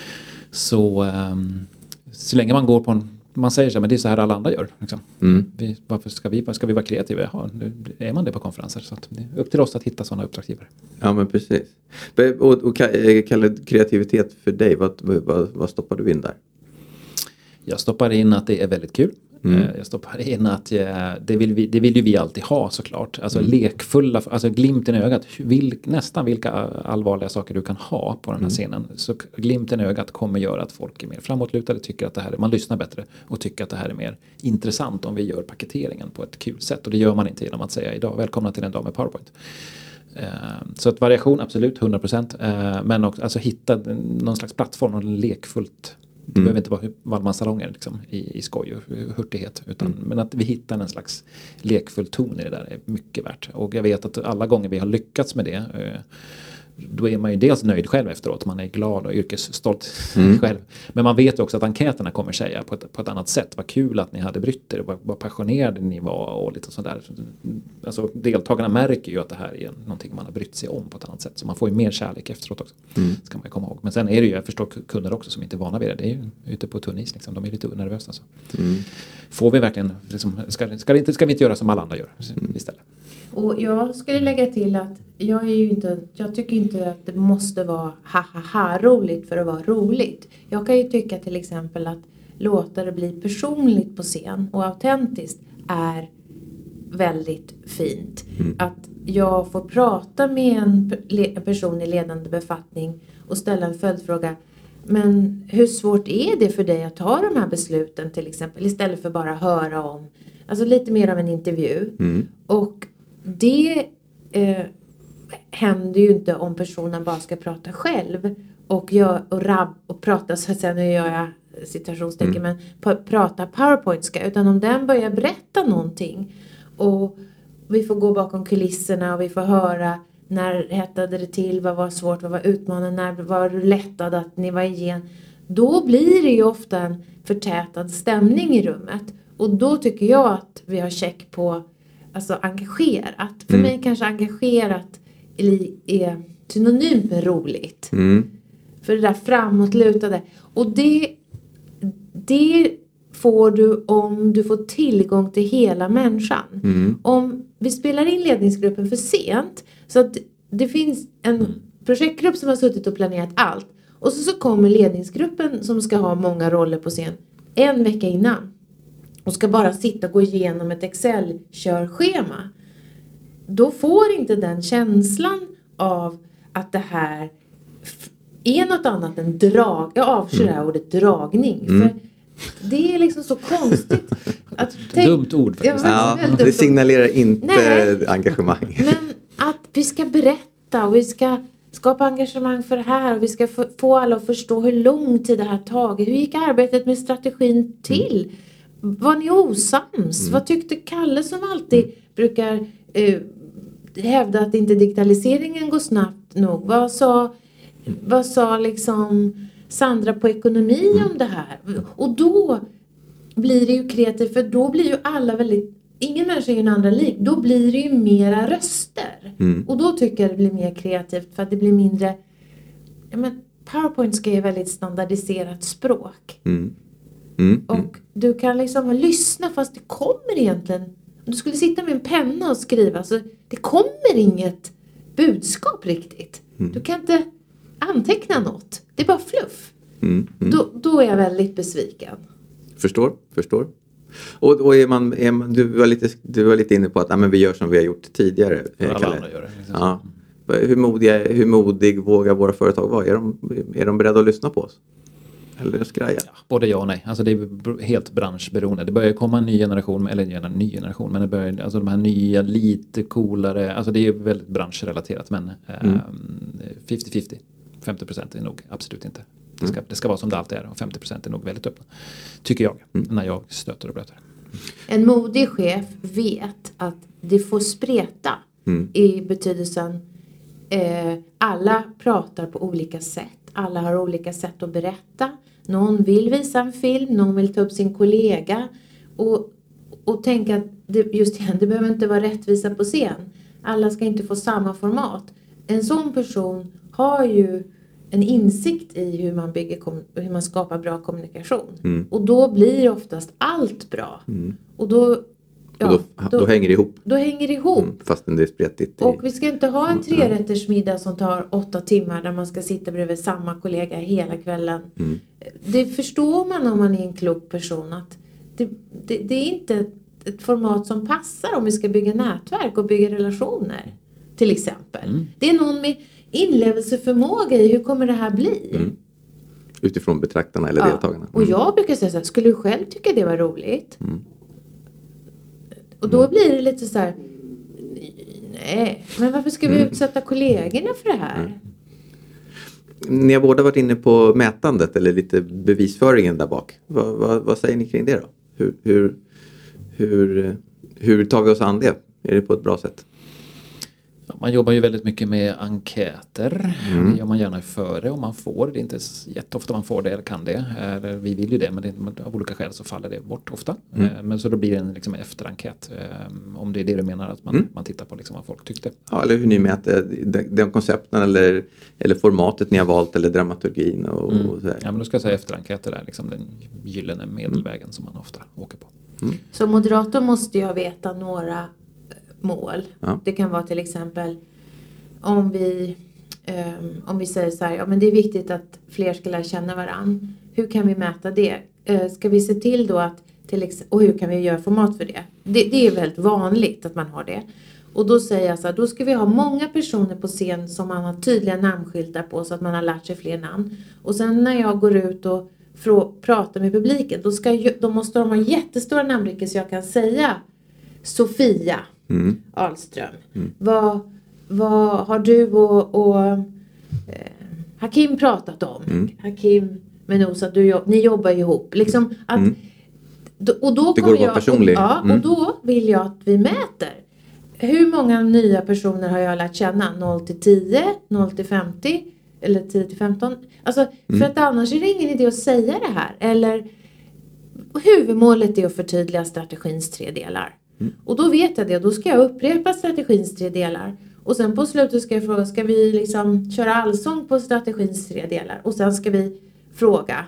Så länge man går på man säger så här, men det är så här alla andra gör. Liksom. Varför ska vi vara kreativa? Ja, nu är man det på konferenser. Så att det är upp till oss att hitta sådana uppdragsgivare. Ja, men precis. Och Kalle, kreativitet för dig, vad stoppar du in där? Jag stoppar in att det är väldigt kul. Jag stoppar in att det vill ju vi alltid ha såklart. Alltså lekfulla, alltså glimten i ögat. Nästan vilka allvarliga saker du kan ha på den här scenen. Så glimten i ögat kommer göra att folk är mer framåtlutade, tycker att det här man lyssnar bättre och tycker att det här är mer intressant om vi gör paketeringen på ett kul sätt. Och det gör man inte genom att säga idag, välkomna till en dag med PowerPoint. Så att variation, absolut, 100%. Men också alltså, hitta någon slags plattform och lekfullt. Det behöver inte vara Wallmansalonger liksom, i skoj och hurtighet. Men att vi hittar en slags lekfull ton i det där är mycket värt. Och jag vet att alla gånger vi har lyckats med det, då är man ju dels nöjd själv efteråt. Man är glad och yrkesstolt själv. Men man vet också att enkäterna kommer säga på ett annat sätt. Vad kul att ni hade brytt er. Vad passionerade ni var och lite sådär. Alltså deltagarna märker ju att det här är någonting man har brytt sig om på ett annat sätt. Så man får ju mer kärlek efteråt också. Ska man ju komma ihåg. Men sen är det ju, jag förstår kunder också som inte är vana vid det. Det är ju ute på tunn is liksom. De är lite nervösa. Så. Får vi verkligen, liksom, ska vi inte göra som alla andra gör istället? Och jag skulle lägga till att jag tycker inte att det måste vara roligt för att vara roligt. Jag kan ju tycka till exempel att låta det bli personligt på scen och autentiskt är väldigt fint. Att jag får prata med en person i ledande befattning och ställa en följdfråga. Men hur svårt är det för dig att ta de här besluten till exempel, istället för bara höra om, alltså lite mer av en intervju. Och det händer ju inte om personen bara ska prata själv och prata, så att säga, nu gör jag citationstecken, men prata PowerPointska, utan om den börjar berätta någonting och vi får gå bakom kulisserna och vi får höra när hettade det till, vad var svårt, vad var utmanande, när var du lättad att ni var igen. Då blir det ju ofta en förtätad stämning i rummet och då tycker jag att vi har check på alltså engagerat. För mig kanske engagerat är synonymt med roligt. För det där framåtlutade. Och det får du om du får tillgång till hela människan. Om vi spelar in ledningsgruppen för sent. Så att det finns en projektgrupp som har suttit och planerat allt. Och så kommer ledningsgruppen som ska ha många roller på scen 1 vecka innan. Och ska bara sitta och gå igenom ett Excel-körschema. Då får inte den känslan av att det här är något annat än drag. Jag avskyr det här ordet dragning. För det är liksom så konstigt. Dumt ord faktiskt. Ja, det signalerar inte engagemang. Men att vi ska berätta och vi ska skapa engagemang för det här. Och vi ska få alla att förstå hur lång tid det här tagit. Hur gick arbetet med strategin till? Var ni osams? Vad tyckte Kalle som alltid brukar hävda att inte digitaliseringen går snabbt nog? Vad sa liksom Sandra på ekonomi om det här? Och då blir det ju kreativt, för då blir ju alla ingen människa är ju en andra lik. Då blir det ju mera röster. Och då tycker jag det blir mer kreativt, för att det blir mindre, PowerPoint ska ju väldigt standardiserat språk. Och du kan liksom lyssna fast det kommer egentligen, om du skulle sitta med en penna och skriva, så det kommer inget budskap riktigt. Du kan inte anteckna något. Det är bara fluff. Då är jag väldigt besviken. Förstår. Och du var lite inne på att men vi gör som vi har gjort tidigare. Alla andra gör det. Liksom. Ja. Hur modig vågar våra företag vara? Är de beredda att lyssna på oss? Eller skraja? Ja, både ja och nej. Alltså det är helt branschberoende. Det börjar komma en ny generation, eller gärna en ny generation, men det börjar, alltså de här nya, lite coolare, alltså det är väldigt branschrelaterat, men 50-50. 50% är nog absolut inte. Det ska vara som det alltid är, och 50% är nog väldigt öppna. Tycker jag, när jag stöter och blöter. En modig chef vet att det får spreta i betydelsen alla pratar på olika sätt. Alla har olika sätt att berätta. Någon vill visa en film, någon vill ta upp sin kollega. Och tänka att det behöver inte vara rättvisa på scen. Alla ska inte få samma format. En sån person har ju en insikt i hur man skapar bra kommunikation. Och då blir oftast allt bra. Och då hänger det ihop. Då hänger det ihop. Fastän det är spretigt. Och vi ska inte ha en 3-rättersmiddag som tar 8 timmar där man ska sitta bredvid samma kollega hela kvällen. Det förstår man om man är en klok person att det är inte ett format som passar om vi ska bygga nätverk och bygga relationer. Till exempel. Det är någon med inlevelseförmåga i hur kommer det här bli? Utifrån betraktarna eller deltagarna. Och jag brukar säga så här, skulle du själv tycka det var roligt? Och då blir det lite så här, nej, men varför ska vi utsätta kollegorna för det här? Ni har båda varit inne på mätandet eller lite bevisföringen där bak. Vad säger ni kring det då? Hur tar vi oss an det? Är det på ett bra sätt? Man jobbar ju väldigt mycket med enkäter. Det gör man gärna före om man får. Det är inte jätteofta man får det eller kan det. Vi vill ju det, men av olika skäl så faller det bort ofta. Men så då blir det en liksom efterenkät. Om det är det du menar, att man tittar på liksom vad folk tyckte. Ja, eller hur ni mäter de koncepten eller formatet ni har valt eller dramaturgin. Och så här. Ja, men då ska jag säga efterenkäter är liksom den gyllene medelvägen som man ofta åker på. Som moderator måste jag veta några mål. Ja. Det kan vara till exempel om vi säger så här, ja men det är viktigt att fler ska lära känna varann. Hur kan vi mäta det? Ska vi se till då att och hur kan vi göra format för det? Det är väldigt vanligt att man har det. Och då säger jag så här, då ska vi ha många personer på scen som man har tydliga namnskyltar på så att man har lärt sig fler namn. Och sen när jag går ut och pratar med publiken, då måste de ha jättestora namnbrickor så jag kan säga Sofia Ahlström. Vad har du och Hakim pratat om? Hakim Menosa, ni jobbar ihop. Liksom att, och då det går att vara personlig. Och då vill jag att vi mäter. Hur många nya personer har jag lärt känna? 0-10, 0-50 eller 10-15? Alltså, för att annars är det ingen idé att säga det här. Eller huvudmålet är att förtydliga strategins 3 delar. Och då vet jag det. Då ska jag upprepa strategins 3 delar. Och sen på slutet ska jag fråga, ska vi liksom köra allsång på strategins 3 delar? Och sen ska vi fråga,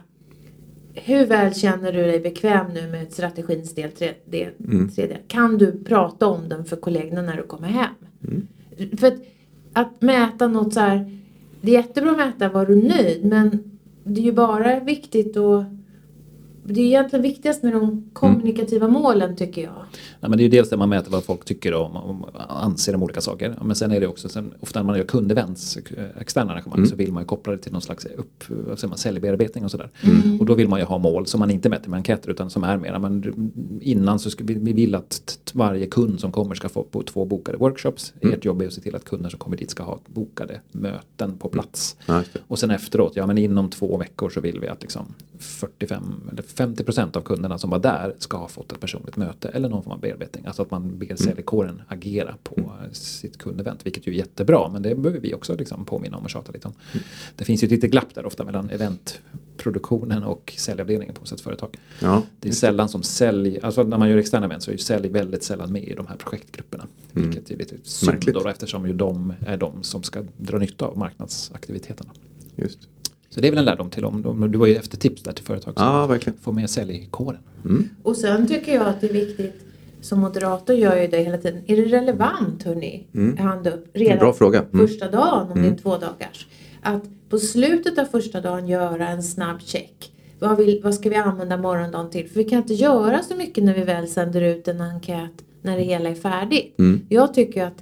hur väl känner du dig bekväm nu med strategins del 3 delar? Kan du prata om den för kollegorna när du kommer hem? För att mäta något så här, det är jättebra att mäta, var du nöjd? Men det är ju bara viktigt att... Det är egentligen viktigast med de kommunikativa målen tycker jag. Ja, men det är ju dels det man mäter vad folk tycker om anser om olika saker. Men sen är det också, ofta när man gör kundevents, externa arrangemang, så vill man ju koppla det till någon slags säljbearbetning och sådär. Och då vill man ju ha mål som man inte mäter med enkäter utan som är mera. Men innan så ska vi vill att varje kund som kommer ska få 2 bokade workshops. Ert jobb är att se till att kunder som kommer dit ska ha bokade möten på plats. Och sen efteråt, men inom 2 veckor så vill vi att liksom 45 eller 50% av kunderna som var där ska ha fått ett personligt möte eller någon form av bearbetning. Alltså att man ber säljkåren agera på sitt kundevent, vilket ju är jättebra, men det behöver vi också liksom påminna om och tjata lite om. Det finns ju ett litet glapp där ofta mellan eventproduktionen och säljavdelningen på ett företag. Ja, det är sällan som alltså när man gör externa event så är ju sälj väldigt sällan med i de här projektgrupperna. Vilket är lite synd då, eftersom ju de är de som ska dra nytta av marknadsaktiviteterna. Just. Så det är väl en lärdom till om du var ju efter tips där till företag som får med säljkåren. Och sen tycker jag att det är viktigt, som moderator gör ju det hela tiden. Är det relevant, hörni? Hand upp. Redan bra fråga. Första dagen, om det är 2 dagars. Att på slutet av första dagen göra en snabb check. Vad ska vi använda morgondagen till? För vi kan inte göra så mycket när vi väl sänder ut en enkät när det hela är färdigt. Jag tycker att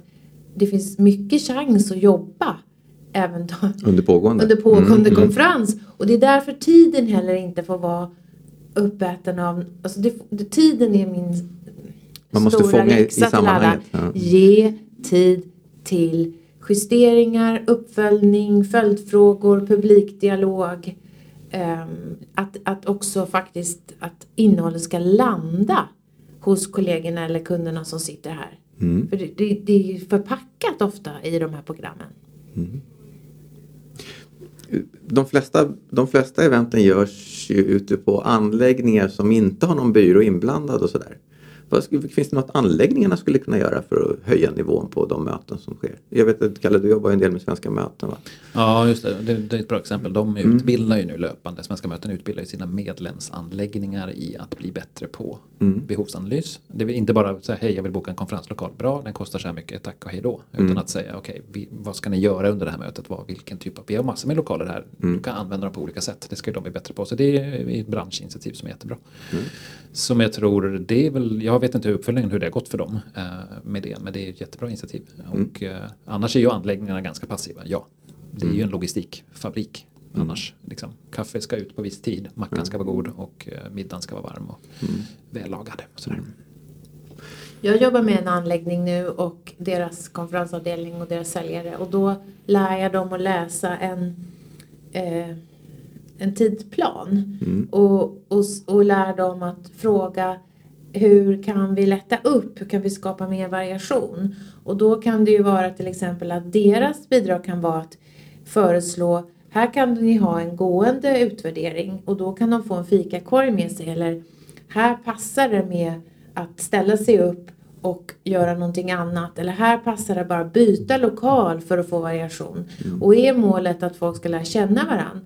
det finns mycket chans att jobba även då, Under pågående konferens. Och det är därför tiden heller inte får vara uppäten av... Alltså tiden är min man måste stora fånga läxa i sammanhanget. till alla. Ge tid till justeringar, uppföljning, följdfrågor, publikdialog. Att också faktiskt att innehållet ska landa hos kollegorna eller kunderna som sitter här. För det är förpackat ofta i de här programmen. De flesta eventen görs ju ute på anläggningar som inte har någon byrå inblandad och sådär. Finns det något anläggningarna skulle kunna göra för att höja nivån på de möten som sker? Jag vet att Kalle, du jobbar en del med Svenska möten, va? Ja, just det. Det är ett bra exempel. De utbildar ju nu löpande. Svenska möten utbildar ju sina medlemsanläggningar i att bli bättre på behovsanalys. Det är inte bara säga hej, jag vill boka en konferenslokal. Bra, den kostar så här mycket, tack och hej då. Utan att säga okej, vad ska ni göra under det här mötet? Vilken typ av... Vi har massor med lokaler här. Du kan använda dem på olika sätt. Det ska ju de bli bättre på. Så det är ett branschinitiativ som är jättebra. Som jag tror, det är väl... Jag vet inte hur det har gått för dem med det. Men det är ett jättebra initiativ. Och annars är ju anläggningarna ganska passiva. Ja, det är ju en logistikfabrik. Annars liksom, kaffe ska ut på viss tid. Mackan ska vara god och middagen ska vara varm och vällagad. Och sådär. Jag jobbar med en anläggning nu och deras konferensavdelning och deras säljare. Och då lär jag dem att läsa en tidsplan. Och lär dem att fråga hur kan vi lätta upp? Hur kan vi skapa mer variation? Och då kan det ju vara till exempel att deras bidrag kan vara att föreslå, här kan ni ha en gående utvärdering och då kan de få en fikakorg med sig. Eller här passar det med att ställa sig upp och göra någonting annat. Eller här passar det bara byta lokal för att få variation. Och är målet att folk ska lära känna varandra,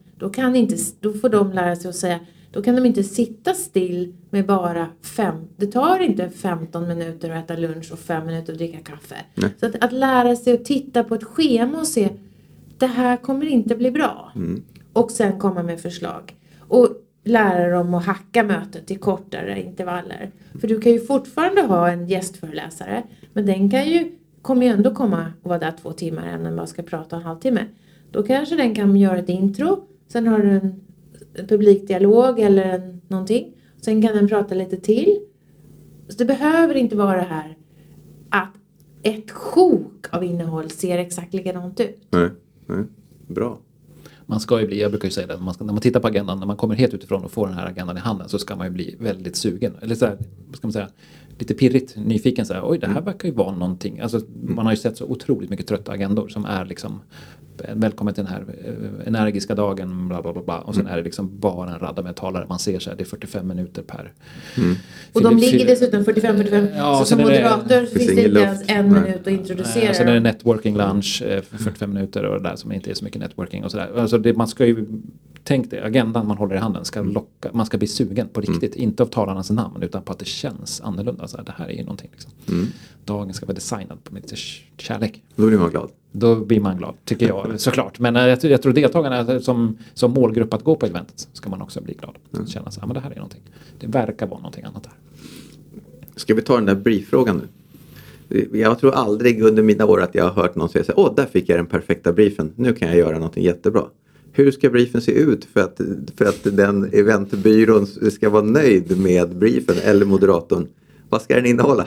då får de lära sig att säga, då kan de inte sitta still med bara det tar inte 15 minuter att äta lunch och 5 minuter att dricka kaffe. Nej. Så att lära sig att titta på ett schema och se, det här kommer inte bli bra. Och sen komma med förslag. Och lära dem att hacka mötet i kortare intervaller. För du kan ju fortfarande ha en gästföreläsare. Men den kommer ju ändå komma och vara där 2 timmar än den bara ska prata en halvtimme. Då kanske den kan göra ett intro. Sen har du en publikdialog eller någonting. Sen kan den prata lite till. Så det behöver inte vara det här att ett sjok av innehåll ser exakt likadant ut. Nej. Bra. Man ska ju bli, jag brukar ju säga det, när man tittar på agendan, när man kommer helt utifrån och får den här agendan i handen så ska man ju bli väldigt sugen. Eller så här, vad ska man säga, lite pirrigt, nyfiken så här, oj det här verkar ju vara någonting. Alltså man har ju sett så otroligt mycket trötta agendor som är liksom, välkommen till den här energiska dagen, bla bla bla bla. Och sen är det liksom bara en radda med talare. Man ser så här, det är 45 minuter per. Och de ligger dessutom 45. Ja, så som moderator finns det inte ens en minut att introducera. Sen är det networking lunch för 45 minuter och det där som inte är så mycket networking och sådär. Alltså man ska ju, tänk det, agendan man håller i handen ska locka, man ska bli sugen på riktigt. Inte av talarnas namn utan på att det känns annorlunda. Så här, det här är ju någonting liksom. Dagen ska vara designad på lite kärlek. Då blir man glad. Då blir man glad, tycker jag, såklart. Men jag tror deltagarna som målgrupp att gå på eventet ska man också bli glad. Känna så här, men det här är någonting. Det verkar vara någonting annat här. Ska vi ta den där brieffrågan nu? Jag tror aldrig under mina år att jag har hört någon säga så här, där fick jag den perfekta briefen. Nu kan jag göra någonting jättebra. Hur ska briefen se ut för att den eventbyrån ska vara nöjd med briefen eller moderatorn? Vad ska den innehålla?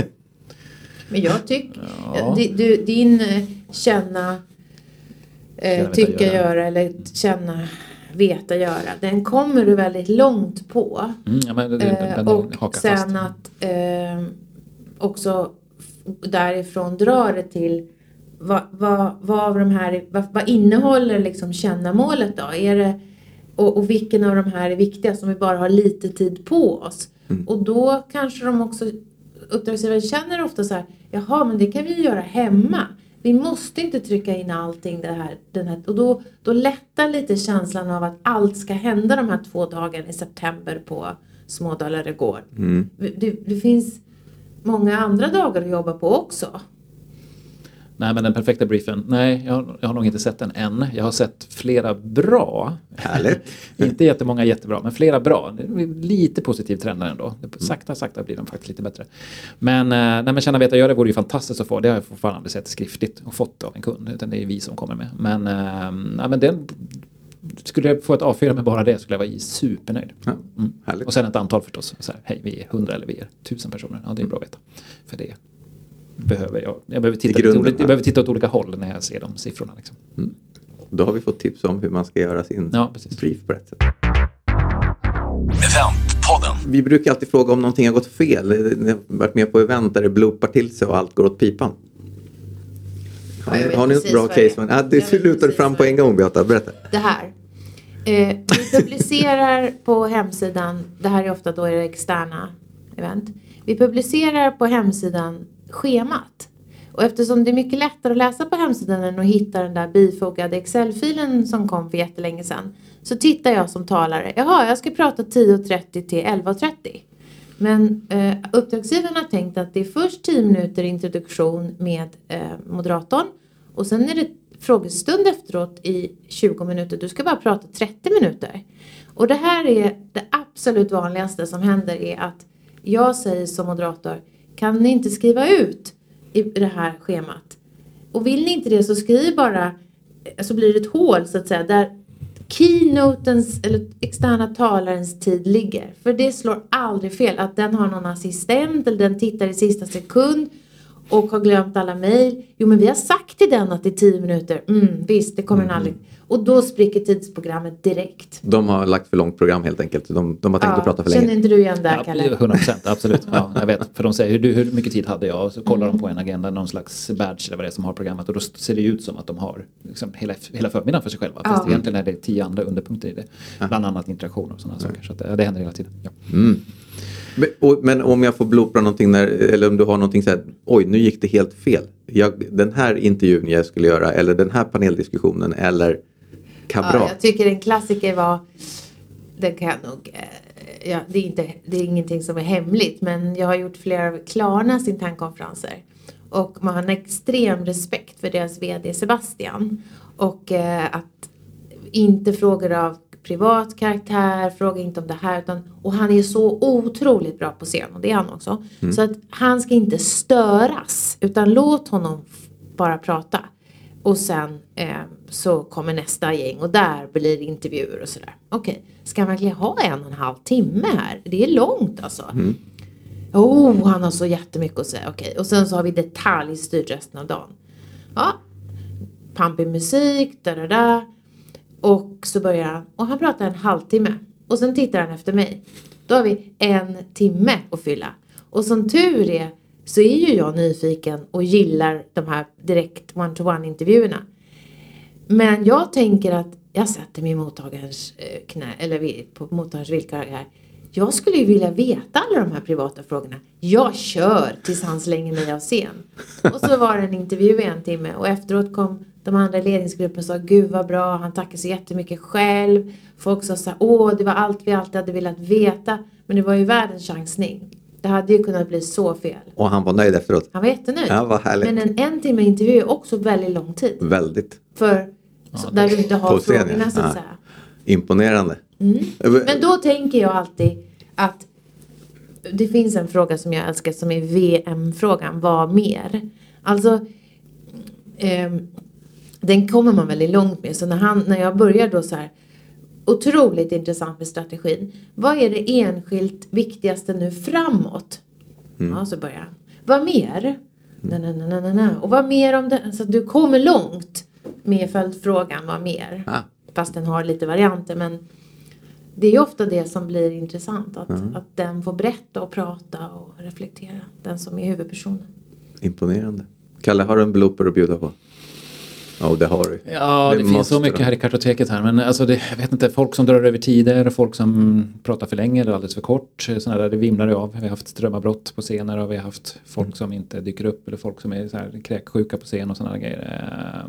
Men jag tycker din känna, tycka göra eller känna, veta göra, den kommer du väldigt långt på. Och sen fast. Att också därifrån dra det till vad innehåller liksom känna målet då? Är det, och vilken av de här är viktigast om vi bara har lite tid på oss? Och då kanske de också uppdragsgivare känner ofta så här, jaha, men det kan vi göra hemma. Vi måste inte trycka in allting den här. Och då lättar lite känslan av att allt ska hända de här 2 dagarna i september på Smådalare gård. Det finns många andra dagar att jobba på också. Nej, men den perfekta briefen, nej, jag har nog inte sett den än. Jag har sett flera bra. Härligt. Inte jättemånga jättebra, men flera bra. Det är lite positiv trend ändå. Sakta blir de faktiskt lite bättre. Men känna, veta, göra det vore ju fantastiskt att få. Det har jag fortfarande aldrig sett skriftligt och fått av en kund. Utan det är vi som kommer med. Men den... Skulle jag få ett A4 med bara det skulle jag vara supernöjd. Ja, härligt. Och sen ett antal förstås. Så här, hej, vi är 100 eller vi är 1000 personer. Ja, det är bra att veta. För det behöver jag behöver titta åt olika håll när jag ser de siffrorna. Liksom. Då har vi fått tips om hur man ska göra sin brief på rätt sätt. Eventpodden. Vi brukar alltid fråga om någonting har gått fel. Ni har varit med på event där det bloppar till sig och allt går åt pipan. Har ni något bra case? Det lutar fram på en gång, Beata. Berätta. Det här. Vi publicerar på hemsidan, det här är ofta då är det externa event. Vi publicerar på hemsidan schemat. Och eftersom det är mycket lättare att läsa på hemsidan än att hitta den där bifogade Excel-filen som kom för jättelänge sedan. Så tittar jag som talare. Jaha, jag ska prata 10.30 till 11.30. Men uppdragsgivaren har tänkt att det är först 10 minuter introduktion med moderatorn. Och sen är det frågestund efteråt i 20 minuter. Du ska bara prata 30 minuter. Och det här är det absolut vanligaste som händer är att jag säger som moderator, kan ni inte skriva ut i det här schemat? Och vill ni inte det så skriv bara, så blir det ett hål så att säga, där keynotens eller externa talarens tid ligger. För det slår aldrig fel att den har någon assistent eller den tittar i sista sekund och har glömt alla mejl. Jo, men vi har sagt till den att det är 10 minuter. Visst, det kommer den aldrig. Och då spricker tidsprogrammet direkt. De har lagt för långt program helt enkelt. De har tänkt att prata för länge. Känner inte du igen där, Kalle? 100%, absolut. Ja, jag vet. För de säger, hur mycket tid hade jag? Och så kollar de på en agenda, någon slags badge eller vad det är som har programmet. Och då ser det ut som att de har liksom hela förmiddagen för sig själva. Fast egentligen är det 10 andra underpunkter i det. Bland annat interaktioner och sådana saker. Så att, det händer hela tiden. Ja. Men om jag får bloppra någonting eller om du har någonting så här, oj, nu gick det helt fel. Den här intervjun jag skulle göra eller den här paneldiskussionen eller kabra. Ja, jag tycker en klassiker var, det kan jag nog, det är ingenting som är hemligt, men jag har gjort flera Klarnas internkonferenser och man har en extrem respekt för deras vd Sebastian och att inte frågor av privat karaktär, fråga inte om det här och han är så otroligt bra på scen och det är han också. Så att han ska inte störas utan låt honom bara prata. Och sen så kommer nästa gäng och där blir det intervjuer och sådär. Okej, ska man verkligen ha 1,5 timme här? Det är långt alltså. Han har så jättemycket att säga. Okej, och sen så har vi detaljstyrt resten av dagen. Ja, pampig musik, och så börjar han, och han pratar 1,5 timme. Och sen tittar han efter mig. Då har vi 1 timme att fylla. Och som tur är så är ju jag nyfiken och gillar de här direkt one-to-one intervjuerna. Men jag tänker att jag sätter mig i mottagarens knä, eller på mottagarens villkor här. Jag skulle ju vilja veta alla de här privata frågorna. Jag kör tills han slänger mig av scen. Och så var det en intervju i 1 timme. Och efteråt kom de andra i ledningsgruppen och sa, gud vad bra, han tackar så jättemycket själv. Folk sa så här, det var allt vi alltid hade velat veta. Men det var ju världens chansning. Det hade ju kunnat bli så fel. Och han var nöjd efteråt. Han var jättenöjd. Ja, vad härligt. Men en timme intervju är också väldigt lång tid. Väldigt. För där du inte har frågorna så att säga. Imponerande. Men då tänker jag alltid att det finns en fråga som jag älskar som är VM-frågan. Vad mer? Alltså den kommer man väldigt långt med. Så när jag börjar då så här, otroligt intressant med strategin. Vad är det enskilt viktigaste nu framåt? Ja, så börjar jag. Vad mer? Och vad mer om det? Så att du kommer långt med följdfrågan. Vad mer? Fast den har lite varianter. Men det är ju ofta det som blir intressant. Att den får berätta och prata och reflektera. Den som är huvudpersonen. Imponerande. Kalle, har du en blooper att bjuda på? Ja, det har du. Ja, det finns så mycket här i kartoteket här. Men alltså jag vet inte, folk som drar över tider, folk som pratar för länge eller alldeles för kort. Sådana där, det vimlar av. Vi har haft strömavbrott på scener och vi har haft folk som inte dyker upp eller folk som är så här kräksjuka på scen och sådana grejer.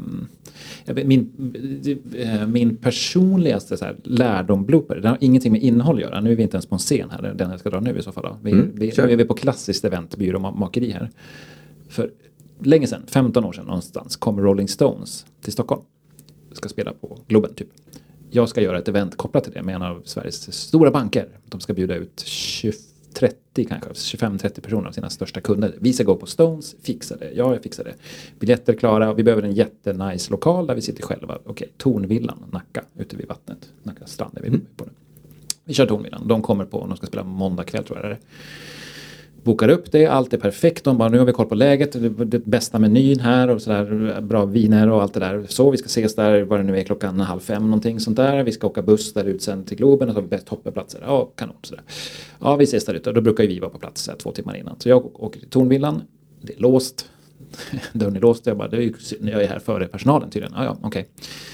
Min personligaste så här, lärdom-blooper, det har ingenting med innehåll att göra. Nu är vi inte ens på en scen här, den jag ska dra nu i så fall. Nu är vi på klassiskt event, byråmakeri här. För länge sedan, 15 år sedan någonstans, kommer Rolling Stones till Stockholm. Ska spela på Globen typ. Jag ska göra ett event kopplat till det med en av Sveriges stora banker. De ska bjuda ut 25-30 personer av sina största kunder. Vi ska gå på Stones, fixa det. Ja, jag fixar det. Biljetter klara. Vi behöver en jättenice lokal där vi sitter själva. Okej, Tornvillan, Nacka, ute vid vattnet. Nacka strand är vi på det. Vi kör Tornvillan. De kommer på, de ska spela måndag kväll tror jag det är. Bokar upp det, allt är perfekt. De bara, nu har vi koll på läget, det bästa menyn här och sådär, bra viner och allt det där. Så vi ska ses där, vad det nu är, 4:30 någonting sånt där. Vi ska åka buss där ut sen till Globen och så har vi bäst toppeplatser. Ja, kanon sådär. Ja, vi ses där ute och då brukar vi vara på plats 2 timmar innan. Så jag åker till Tornvillan, det är låst. Dörren är låst, jag bara, jag är här före personalen tydligen. Ja, okej.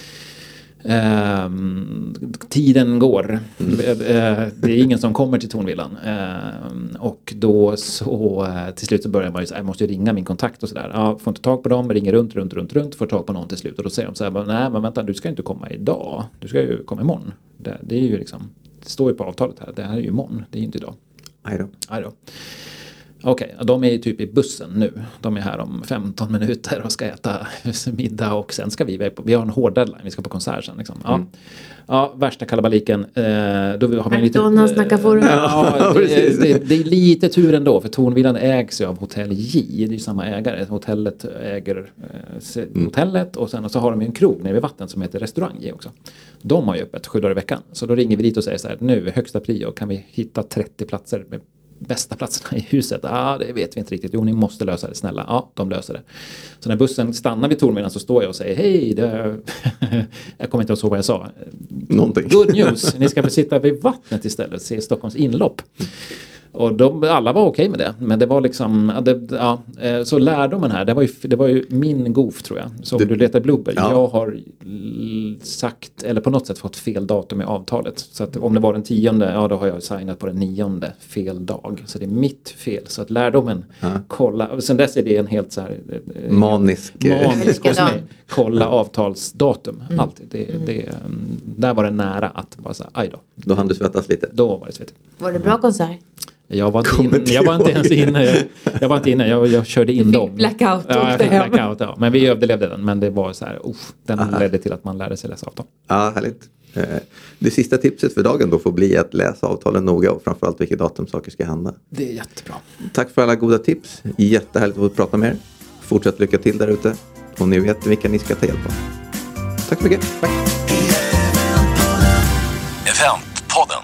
Tiden går. Det är ingen som kommer till Tornvillan. Och då så till slut så börjar man ju säga, jag måste ringa min kontakt och sådär. Ja, får inte tag på dem, ringer runt, får tag på någon till slut. Och då säger de så här, nej men vänta, du ska inte komma idag. Du ska ju komma imorgon. Det är ju liksom, det står ju på avtalet här. Det här är ju imorgon, det är ju inte idag. Aj då. Okej, de är ju typ i bussen nu. De är här om 15 minuter och ska äta middag och sen ska vi har en hård deadline, vi ska på konsert sen liksom. Ja, värsta kalabaliken. Då har vi McDonald's snackar för det är lite tur ändå, för Tornvillan ägs ju av Hotell J. Det är ju samma ägare. Hotellet äger hotellet och sen så har de ju en krog nere vid vatten som heter Restaurang J också. De har ju öppet 7 dagar i veckan. Så då ringer vi dit och säger så här, nu högsta prio, kan vi hitta 30 platser med bästa platserna i huset? Ja, det vet vi inte riktigt. Jo, ni måste lösa det, snälla. Ja, de löser det. Så när bussen stannar vid Tornvillan så står jag och säger, hej, jag kommer inte ihåg vad jag sa. Någonting. Good news, ni ska väl sitta vid vattnet istället, se Stockholms inlopp. Och alla var okej med det. Men det var liksom, så lärdomen här, det var ju min goof tror jag. Så om du letar blubber, jag har sagt, eller på något sätt fått fel datum i avtalet. Så att om det var den 10:e, då har jag signat på den 9:e, fel dag. Så det är mitt fel. Så att lärdomen, kolla, och sen dess är det en helt så här manisk hos mig. Kolla avtalsdatum, alltid. Där var det nära att bara så här, aj då. Då hann du svettas lite. Då var det svettigt. Var det bra konsert? Jag var inte ens inne. Jag körde in dem. Blackout. Jag fick blackout, ja. Men vi överlevde den. Men det var så här, den ledde till att man lärde sig läsa avtal. Ja, härligt. Det sista tipset för dagen då får bli att läsa avtalen noga och framförallt vilket datum saker ska hända. Det är jättebra. Tack för alla goda tips. Jättehärligt att få prata med er. Fortsätt lycka till där ute. Och ni vet vilka ni ska ta hjälp av. Tack så mycket. Tack. Eventpodden.